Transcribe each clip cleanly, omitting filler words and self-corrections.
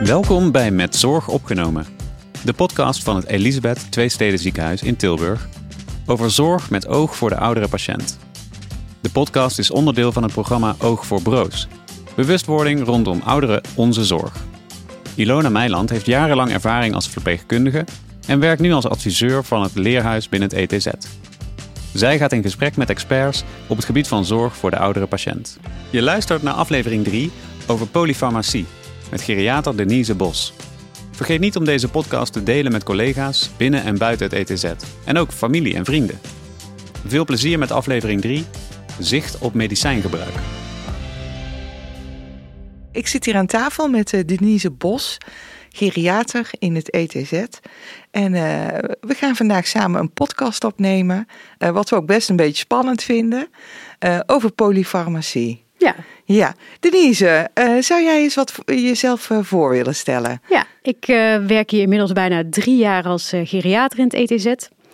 Welkom bij Met Zorg Opgenomen, de podcast van het Elisabeth Tweesteden Ziekenhuis in Tilburg over zorg met oog voor de oudere patiënt. De podcast is onderdeel van het programma Oog voor Broos, bewustwording rondom ouderen onze zorg. Ilona Meiland heeft jarenlang ervaring als verpleegkundige en werkt nu als adviseur van het leerhuis binnen het ETZ. Zij gaat in gesprek met experts op het gebied van zorg voor de oudere patiënt. Je luistert naar aflevering 3 over polyfarmacie met geriater Denise Bos. Vergeet niet om deze podcast te delen met collega's binnen en buiten het ETZ. En ook familie en vrienden. Veel plezier met aflevering 3, Zicht op medicijngebruik. Ik zit hier aan tafel met Denise Bos, geriater in het ETZ. En we gaan vandaag samen een podcast opnemen, wat we ook best een beetje spannend vinden, over polyfarmacie. Ja, Denise, zou jij eens wat jezelf voor willen stellen? Ja, ik werk hier inmiddels bijna 3 jaar als geriater in het ETZ.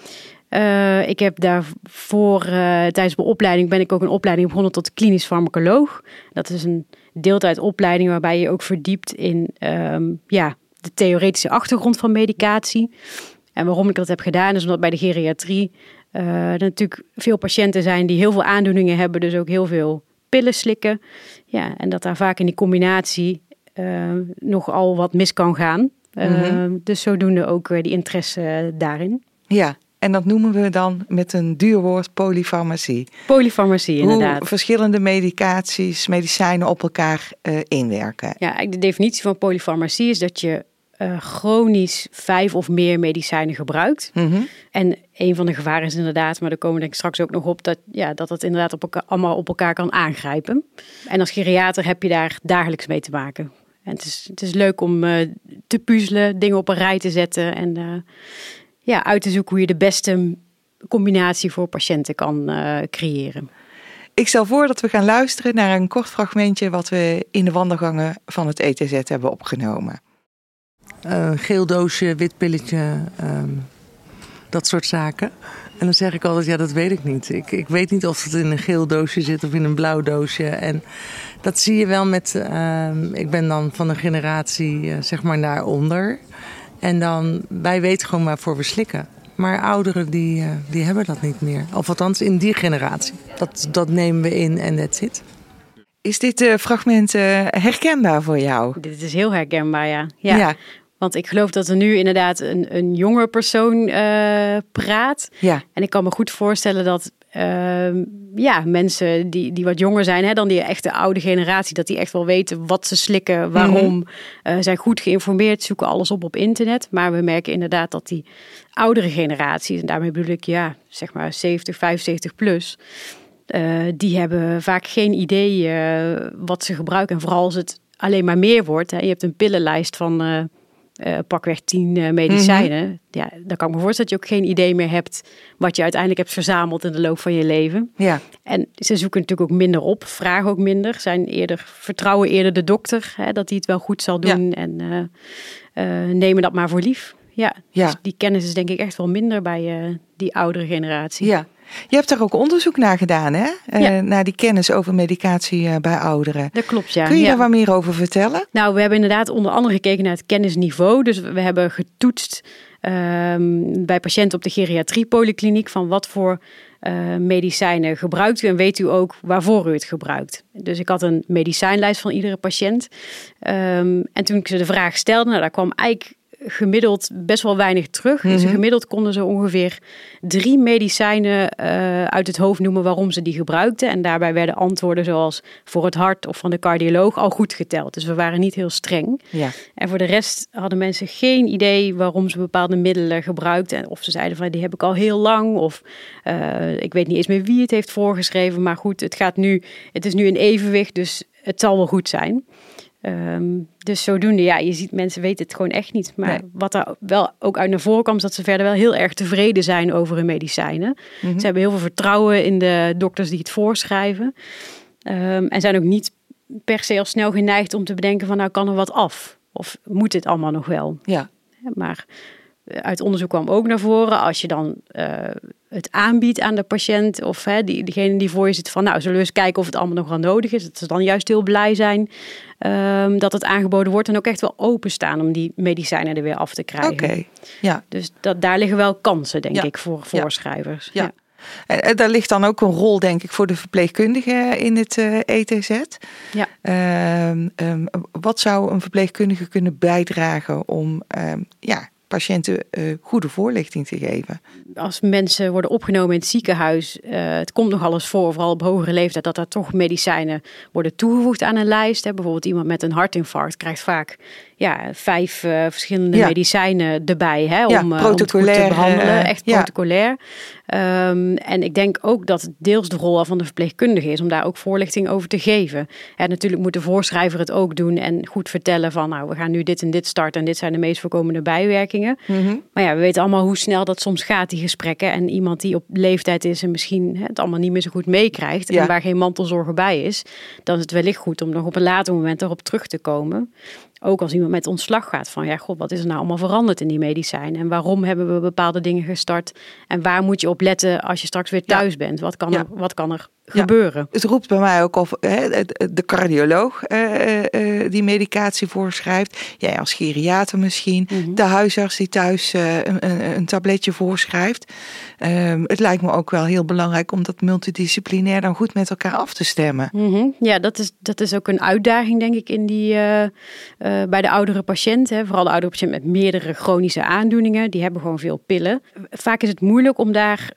Ik heb daarvoor, tijdens mijn opleiding, ben ik ook een opleiding begonnen tot klinisch farmacoloog. Dat is een deeltijdopleiding waarbij je ook verdiept in de theoretische achtergrond van medicatie. En waarom ik dat heb gedaan is omdat bij de geriatrie er natuurlijk veel patiënten zijn die heel veel aandoeningen hebben, dus ook heel veel pillen slikken. Ja, en dat daar vaak in die combinatie nogal wat mis kan gaan. Dus zodoende ook die interesse daarin. Ja, en dat noemen we dan met een duur woord polyfarmacie. Polyfarmacie, inderdaad. Hoe verschillende medicijnen op elkaar inwerken. Ja, de definitie van polyfarmacie is dat je chronisch 5 of meer medicijnen gebruikt. En een van de gevaren is inderdaad, maar daar komen we denk ik straks ook nog op, dat het inderdaad allemaal op elkaar kan aangrijpen. En als geriater heb je daar dagelijks mee te maken. En het is leuk om te puzzelen, dingen op een rij te zetten en uit te zoeken hoe je de beste combinatie voor patiënten kan creëren. Ik stel voor dat we gaan luisteren naar een kort fragmentje wat we in de wandelgangen van het ETZ hebben opgenomen. Geel doosje, wit pilletje, dat soort zaken. En dan zeg ik altijd, dat weet ik niet. Ik weet niet of het in een geel doosje zit of in een blauw doosje. En dat zie je wel met, ik ben dan van een generatie zeg maar daaronder. En dan, wij weten gewoon waarvoor we slikken. Maar ouderen die hebben dat niet meer. Of althans in die generatie. Dat nemen we in en that's it. Is dit fragment herkenbaar voor jou? Dit is heel herkenbaar, ja. Want ik geloof dat er nu inderdaad een jonge persoon praat. Ja. En ik kan me goed voorstellen dat mensen die wat jonger zijn dan die echte oude generatie, dat die echt wel weten wat ze slikken, waarom, zijn goed geïnformeerd, zoeken alles op internet. Maar we merken inderdaad dat die oudere generatie, en daarmee bedoel ik zeg maar 70, 75 plus, die hebben vaak geen idee wat ze gebruiken. En vooral als het alleen maar meer wordt. Je hebt een pillenlijst van pakweg 10 medicijnen. Ja, dan kan ik me voorstellen dat je ook geen idee meer hebt wat je uiteindelijk hebt verzameld in de loop van je leven. Ja. En ze zoeken natuurlijk ook minder op, vragen ook minder, vertrouwen eerder de dokter, dat hij het wel goed zal doen en nemen dat maar voor lief. Ja. Dus die kennis is denk ik echt wel minder bij die oudere generatie. Ja. Je hebt daar ook onderzoek naar gedaan, hè? Naar die kennis over medicatie bij ouderen. Dat klopt, ja. Kun je daar wat meer over vertellen? Nou, we hebben inderdaad onder andere gekeken naar het kennisniveau. Dus we hebben getoetst bij patiënten op de geriatriepolykliniek van wat voor medicijnen gebruikt u en weet u ook waarvoor u het gebruikt. Dus ik had een medicijnlijst van iedere patiënt. En toen ik ze de vraag stelde, daar kwam eigenlijk gemiddeld best wel weinig terug. Dus gemiddeld konden ze ongeveer 3 medicijnen uit het hoofd noemen waarom ze die gebruikten. En daarbij werden antwoorden zoals voor het hart of van de cardioloog al goed geteld. Dus we waren niet heel streng. Ja. En voor de rest hadden mensen geen idee waarom ze bepaalde middelen gebruikten. Of ze zeiden van die heb ik al heel lang. Of ik weet niet eens meer wie het heeft voorgeschreven. Maar goed, het is nu in evenwicht, dus het zal wel goed zijn. Dus zodoende, je ziet, mensen weten het gewoon echt niet. Maar wat er wel ook uit naar voren kwam, is dat ze verder wel heel erg tevreden zijn over hun medicijnen. Ze hebben heel veel vertrouwen in de dokters die het voorschrijven. En zijn ook niet per se al snel geneigd om te bedenken van, nou kan er wat af? Of moet dit allemaal nog wel? Ja. Maar uit onderzoek kwam ook naar voren, als je dan het aanbiedt aan de patiënt of diegene die voor je zit van, nou, zullen we eens kijken of het allemaal nog wel nodig is. Dat ze dan juist heel blij zijn dat het aangeboden wordt en ook echt wel openstaan om die medicijnen er weer af te krijgen. Oké, ja. Dus daar liggen wel kansen, denk ik, voor voorschrijvers. Ja. En daar ligt dan ook een rol, denk ik, voor de verpleegkundige in het ETZ. Ja. Wat zou een verpleegkundige kunnen bijdragen om patiënten goede voorlichting te geven? Als mensen worden opgenomen in het ziekenhuis, het komt nogal eens voor, vooral op hogere leeftijd, dat er toch medicijnen worden toegevoegd aan een lijst. Bijvoorbeeld iemand met een hartinfarct krijgt vaak 5 verschillende medicijnen erbij om goed te behandelen. Echt protocolair. En ik denk ook dat het deels de rol van de verpleegkundige is om daar ook voorlichting over te geven. Natuurlijk moet de voorschrijver het ook doen en goed vertellen van, nou, we gaan nu dit en dit starten en dit zijn de meest voorkomende bijwerkingen. Mm-hmm. Maar we weten allemaal hoe snel dat soms gaat, die gesprekken. En iemand die op leeftijd is en misschien het allemaal niet meer zo goed meekrijgt en waar geen mantelzorger bij is, dan is het wellicht goed om nog op een later moment erop terug te komen. Ook als iemand met ontslag gaat van, wat is er nou allemaal veranderd in die medicijnen? En waarom hebben we bepaalde dingen gestart? En waar moet je op letten als je straks weer thuis bent? Wat kan er gebeuren? Het roept bij mij ook of de cardioloog die medicatie voorschrijft. Jij als geriater misschien. Mm-hmm. De huisarts die thuis een tabletje voorschrijft. Het lijkt me ook wel heel belangrijk om dat multidisciplinair dan goed met elkaar af te stemmen. Mm-hmm. Ja, dat is ook een uitdaging, denk ik, in die bij de oudere patiënt. Vooral de oudere patiënt met meerdere chronische aandoeningen. Die hebben gewoon veel pillen. Vaak is het moeilijk om daar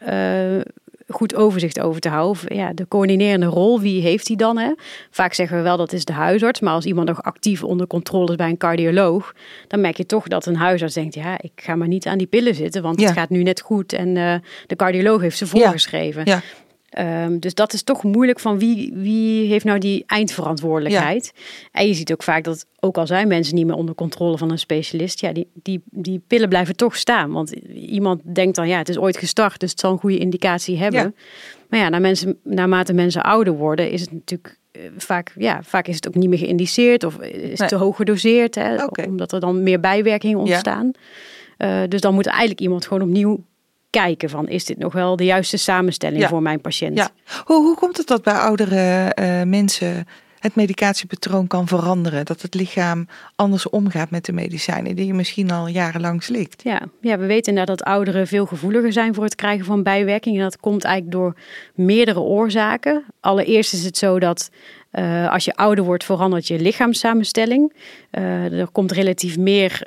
goed overzicht over te houden. De coördinerende rol, wie heeft die dan? Hè? Vaak zeggen we wel dat is de huisarts. Maar als iemand nog actief onder controle is bij een cardioloog, dan merk je toch dat een huisarts denkt, ik ga maar niet aan die pillen zitten, want het gaat nu net goed. En de cardioloog heeft ze voorgeschreven. Ja. Dus dat is toch moeilijk van wie heeft nou die eindverantwoordelijkheid. Ja. En je ziet ook vaak dat ook al zijn mensen niet meer onder controle van een specialist, die pillen blijven toch staan. Want iemand denkt dan, het is ooit gestart, dus het zal een goede indicatie hebben. Ja. Maar naarmate mensen ouder worden, is het natuurlijk vaak is het ook niet meer geïndiceerd of is het te hoog gedoseerd, omdat er dan meer bijwerkingen ontstaan. Dus dan moet eigenlijk iemand gewoon opnieuw kijken van, is dit nog wel de juiste samenstelling voor mijn patiënt? Ja. Hoe komt het dat bij oudere mensen het medicatiepatroon kan veranderen? Dat het lichaam anders omgaat met de medicijnen die je misschien al jarenlang slikt? Ja, we weten inderdaad dat ouderen veel gevoeliger zijn voor het krijgen van bijwerkingen. En dat komt eigenlijk door meerdere oorzaken. Allereerst is het zo dat als je ouder wordt, verandert je lichaamssamenstelling. Er komt relatief meer,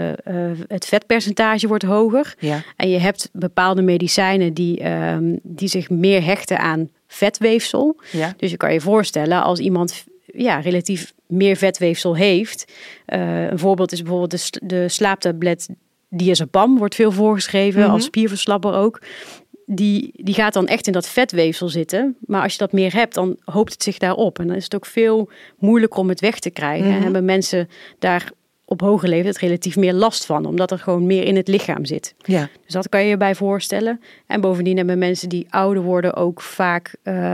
het vetpercentage wordt hoger. Ja. En je hebt bepaalde medicijnen die zich meer hechten aan vetweefsel. Ja. Dus je kan je voorstellen, als iemand relatief meer vetweefsel heeft. Een voorbeeld is bijvoorbeeld de slaaptablet diazepam, wordt veel voorgeschreven, als spierverslapper ook. Die gaat dan echt in dat vetweefsel zitten. Maar als je dat meer hebt, dan hoopt het zich daarop. En dan is het ook veel moeilijker om het weg te krijgen. Mm-hmm. En hebben mensen daar op hoge leeftijd relatief meer last van. Omdat er gewoon meer in het lichaam zit. Ja. Dus dat kan je je bij voorstellen. En bovendien hebben mensen die ouder worden ook vaak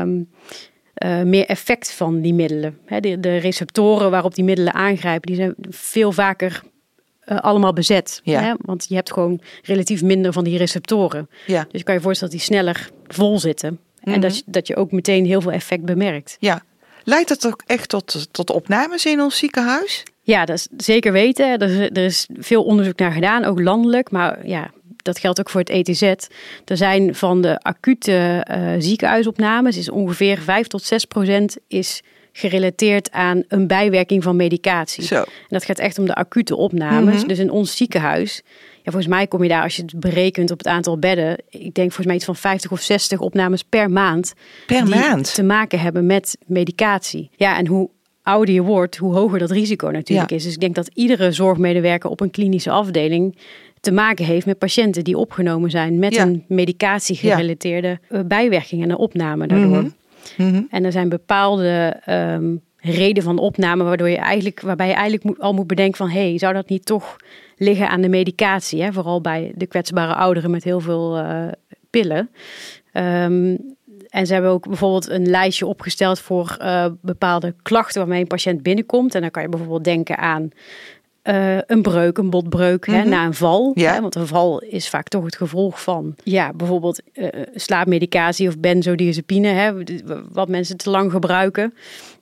meer effect van die middelen. De receptoren waarop die middelen aangrijpen, die zijn veel vaker allemaal bezet. Ja. Want je hebt gewoon relatief minder van die receptoren. Ja. Dus je kan je voorstellen dat die sneller vol zitten. Mm-hmm. En dat je ook meteen heel veel effect bemerkt. Ja. Leidt dat ook echt tot opnames in ons ziekenhuis? Ja, dat is zeker weten. Er is veel onderzoek naar gedaan, ook landelijk. Maar dat geldt ook voor het ETZ. Er zijn van de acute ziekenhuisopnames is ongeveer 5-6% is gerelateerd aan een bijwerking van medicatie. Zo. En dat gaat echt om de acute opnames. Mm-hmm. Dus in ons ziekenhuis, volgens mij kom je daar, als je het berekent op het aantal bedden, ik denk volgens mij iets van 50 of 60 opnames per maand. Die te maken hebben met medicatie. Ja, en hoe ouder je wordt, hoe hoger dat risico natuurlijk is. Dus ik denk dat iedere zorgmedewerker op een klinische afdeling te maken heeft met patiënten die opgenomen zijn met een medicatie-gerelateerde bijwerkingen en opname daardoor. Mm-hmm. Mm-hmm. En er zijn bepaalde reden van opname waarbij je eigenlijk al moet bedenken van, zou dat niet toch liggen aan de medicatie? Hè? Vooral bij de kwetsbare ouderen met heel veel pillen. En ze hebben ook bijvoorbeeld een lijstje opgesteld voor bepaalde klachten waarmee een patiënt binnenkomt. En dan kan je bijvoorbeeld denken aan een breuk, een botbreuk na een val. Ja. Hè, want een val is vaak toch het gevolg van bijvoorbeeld slaapmedicatie of benzodiazepine. Hè, wat mensen te lang gebruiken.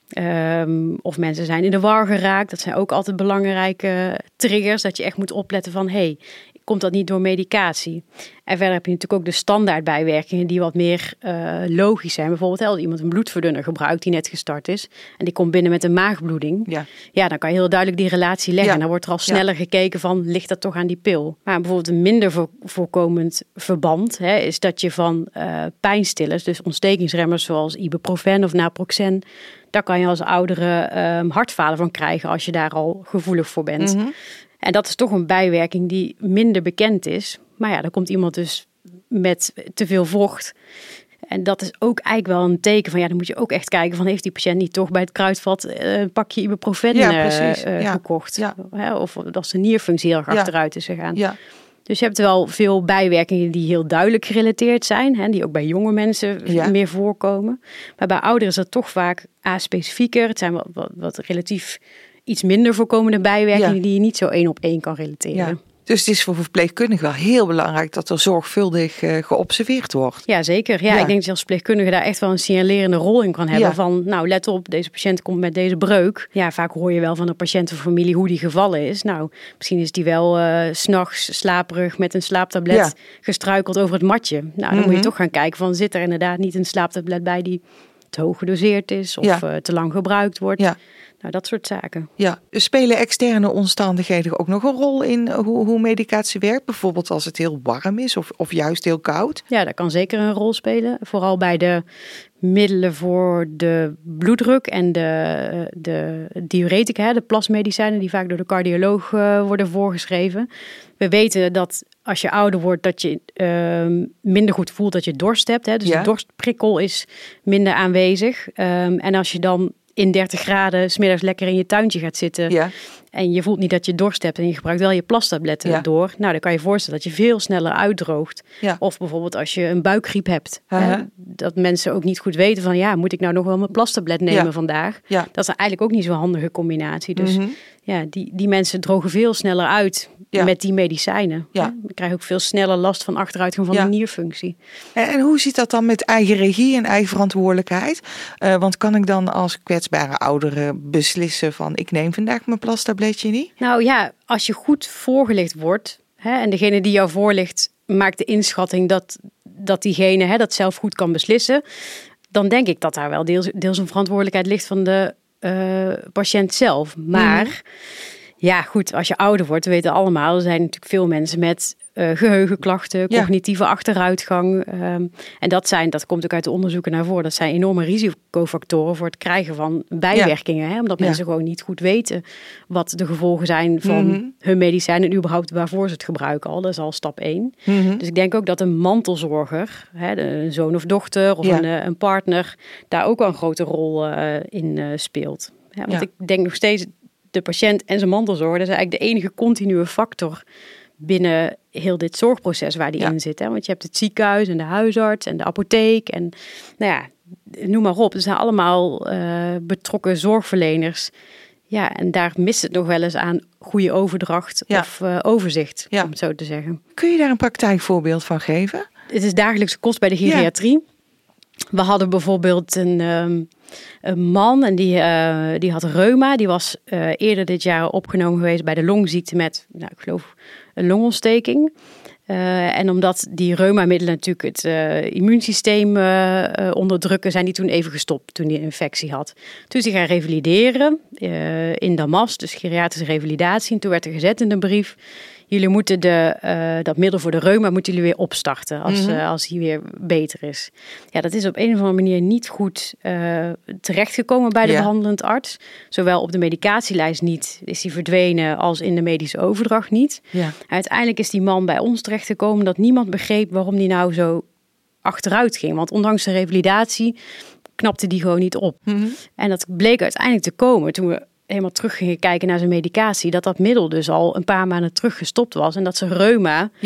Of mensen zijn in de war geraakt. Dat zijn ook altijd belangrijke triggers. Dat je echt moet opletten van komt dat niet door medicatie? En verder heb je natuurlijk ook de standaard bijwerkingen die wat meer logisch zijn. Bijvoorbeeld als iemand een bloedverdunner gebruikt die net gestart is. En die komt binnen met een maagbloeding. Ja, dan kan je heel duidelijk die relatie leggen. En dan wordt er al sneller gekeken van, ligt dat toch aan die pil? Maar bijvoorbeeld een minder voorkomend verband is dat je van pijnstillers, dus ontstekingsremmers zoals ibuprofen of naproxen, daar kan je als oudere hartfalen van krijgen als je daar al gevoelig voor bent. Mm-hmm. En dat is toch een bijwerking die minder bekend is. Maar ja, dan komt iemand dus met te veel vocht. En dat is ook eigenlijk wel een teken van, dan moet je ook echt kijken van, heeft die patiënt niet toch bij het kruidvat een pakje ibuprofen gekocht? Ja. Of dat zijn nierfunctie heel erg achteruit is gegaan. Ja. Dus je hebt wel veel bijwerkingen die heel duidelijk gerelateerd zijn. Die ook bij jonge mensen meer voorkomen. Maar bij ouderen is dat toch vaak aspecifieker. Het zijn wat relatief iets minder voorkomende bijwerkingen die je niet zo 1 op 1 kan relateren. Ja. Dus het is voor verpleegkundigen wel heel belangrijk dat er zorgvuldig geobserveerd wordt. Ja, zeker. Ja, ik denk dat je als verpleegkundige daar echt wel een signalerende rol in kan hebben. Van, nou, let op, deze patiënt komt met deze breuk. Ja, vaak hoor je wel van de patiëntenfamilie hoe die gevallen is. Nou, misschien is die wel 's nachts slaperig met een slaaptablet gestruikeld over het matje. Nou, dan moet je toch gaan kijken van, zit er inderdaad niet een slaaptablet bij die te hoog gedoseerd is of te lang gebruikt wordt. Ja. Nou, dat soort zaken. Ja, spelen externe omstandigheden ook nog een rol in hoe medicatie werkt? Bijvoorbeeld als het heel warm is of juist heel koud? Ja, dat kan zeker een rol spelen. Vooral bij de middelen voor de bloeddruk en de diuretica, de plasmedicijnen die vaak door de cardioloog worden voorgeschreven. We weten dat als je ouder wordt dat je minder goed voelt dat je dorst hebt. Dus de dorstprikkel is minder aanwezig. En als je dan in 30 graden 's middags lekker in je tuintje gaat zitten en je voelt niet dat je dorst hebt en je gebruikt wel je plastabletten door. Nou, dan kan je voorstellen dat je veel sneller uitdroogt. Ja. Of bijvoorbeeld als je een buikgriep hebt. Dat mensen ook niet goed weten van, moet ik nou nog wel mijn plastablet nemen vandaag? Ja. Dat is eigenlijk ook niet zo'n handige combinatie. Dus die mensen drogen veel sneller uit met die medicijnen. Ja. Dan krijg je ook veel sneller last van achteruitgang van de nierfunctie. En hoe zit dat dan met eigen regie en eigen verantwoordelijkheid? Want kan ik dan als kwetsbare oudere beslissen van, ik neem vandaag mijn plastabletje niet? Nou ja, als je goed voorgelicht wordt en degene die jou voorligt maakt de inschatting dat diegene dat zelf goed kan beslissen, dan denk ik dat daar wel deels een verantwoordelijkheid ligt van de patiënt zelf. Maar ja, goed, als je ouder wordt, we weten allemaal, er zijn natuurlijk veel mensen met geheugenklachten, cognitieve achteruitgang. En dat komt ook uit de onderzoeken naar voren. Dat zijn enorme risicofactoren voor het krijgen van bijwerkingen. Omdat mensen gewoon niet goed weten wat de gevolgen zijn van hun medicijn en überhaupt waarvoor ze het gebruiken al. Dat is al stap 1. Dus ik denk ook dat een mantelzorger, een zoon of dochter of een partner, daar ook wel een grote rol in speelt. Want ik denk nog steeds, de patiënt en zijn mantelzorger, dat is eigenlijk de enige continue factor binnen heel dit zorgproces waar die in zit. Want je hebt het ziekenhuis en de huisarts en de apotheek en noem maar op. Het zijn allemaal betrokken zorgverleners. Ja, en daar mist het nog wel eens aan goede overdracht of overzicht, om het zo te zeggen. Kun je daar een praktijkvoorbeeld van geven? Het is dagelijkse kost bij de geriatrie. We hadden bijvoorbeeld een man en die had reuma. Die was eerder dit jaar opgenomen geweest bij de longziekte met, ik geloof, een longontsteking. En omdat die reumamiddelen natuurlijk het immuunsysteem onderdrukken, zijn die toen even gestopt toen hij een infectie had. Toen is hij gaan revalideren in Damas, dus geriatrische revalidatie. En toen werd er gezet in de brief, jullie moeten dat middel voor de reuma moeten jullie weer opstarten als hij weer beter is. Ja, dat is op een of andere manier niet goed terechtgekomen bij de behandelend arts. Zowel op de medicatielijst niet is hij verdwenen als in de medische overdracht niet. Ja. Uiteindelijk is die man bij ons terechtgekomen dat niemand begreep waarom die nou zo achteruit ging. Want ondanks de revalidatie knapte die gewoon niet op. En dat bleek uiteindelijk te komen toen we helemaal terug gingen kijken naar zijn medicatie, dat middel dus al een paar maanden terug gestopt was en dat zijn reuma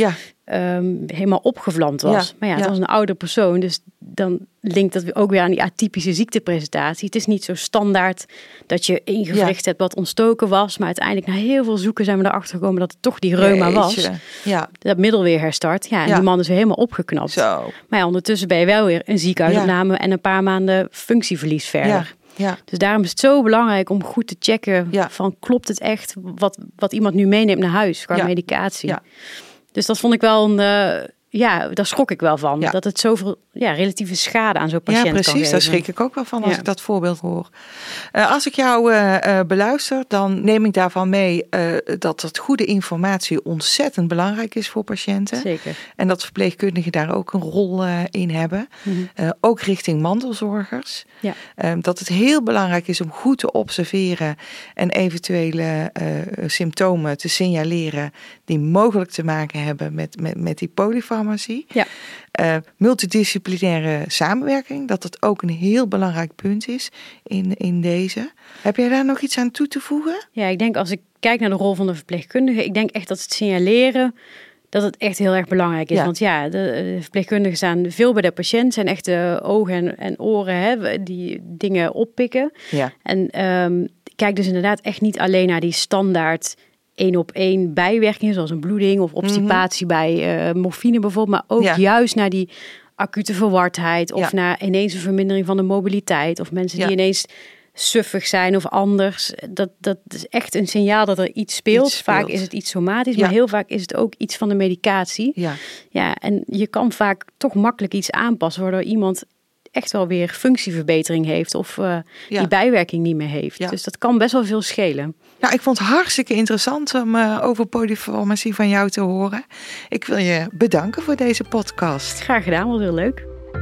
helemaal opgevlamd was. Maar het was een oude persoon, dus dan linkt dat ook weer aan die atypische ziektepresentatie. Het is niet zo standaard dat je één gewricht hebt wat ontstoken was, maar uiteindelijk na heel veel zoeken zijn we erachter gekomen dat het toch die reuma was. Ja. Dat middel weer herstart. Ja, en die man is weer helemaal opgeknapt. Zo. Maar ondertussen ben je wel weer een ziekenhuisopname en een paar maanden functieverlies verder. Ja. Dus daarom is het zo belangrijk om goed te checken van klopt het echt wat iemand nu meeneemt naar huis qua medicatie. Ja. Dus dat vond ik wel daar schrok ik wel van. Ja. Dat het zoveel relatieve schade aan zo'n patiënt kan geven. Ja, precies. Daar schrik ik ook wel van als ik dat voorbeeld hoor. Als ik jou beluister, dan neem ik daarvan mee dat goede informatie ontzettend belangrijk is voor patiënten. Zeker. En dat verpleegkundigen daar ook een rol in hebben. Mm-hmm. Ook richting mantelzorgers. Ja. Dat het heel belangrijk is om goed te observeren en eventuele symptomen te signaleren die mogelijk te maken hebben met die polyfarmacie. Ja. Multidisciplinaire samenwerking, dat het ook een heel belangrijk punt is in deze. Heb jij daar nog iets aan toe te voegen? Ja, ik denk als ik kijk naar de rol van de verpleegkundige, ik denk echt dat het signaleren, dat het echt heel erg belangrijk is. Ja. Want de verpleegkundigen staan veel bij de patiënt, zijn echt de ogen en oren die dingen oppikken. Ja. En kijk dus inderdaad echt niet alleen naar die standaard 1-op-1 bijwerkingen, zoals een bloeding of obstipatie bij morfine bijvoorbeeld, maar ook juist naar die acute verwardheid of naar ineens een vermindering van de mobiliteit of mensen die ineens suffig zijn of anders. Dat is echt een signaal dat er iets speelt. Vaak is het iets somatisch, maar heel vaak is het ook iets van de medicatie. Ja, en je kan vaak toch makkelijk iets aanpassen, waardoor iemand echt wel weer functieverbetering heeft of die bijwerking niet meer heeft. Ja. Dus dat kan best wel veel schelen. Nou, ik vond het hartstikke interessant om over polyfarmacie van jou te horen. Ik wil je bedanken voor deze podcast. Graag gedaan, was heel leuk.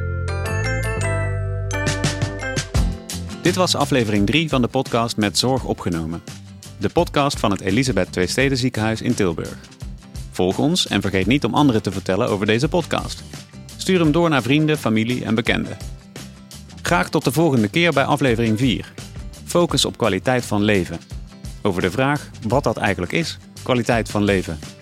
Dit was aflevering 3 van de podcast Met Zorg opgenomen. De podcast van het Elisabeth Tweesteden Ziekenhuis in Tilburg. Volg ons en vergeet niet om anderen te vertellen over deze podcast. Stuur hem door naar vrienden, familie en bekenden. Graag tot de volgende keer bij aflevering 4. Focus op kwaliteit van leven. Over de vraag wat dat eigenlijk is, kwaliteit van leven.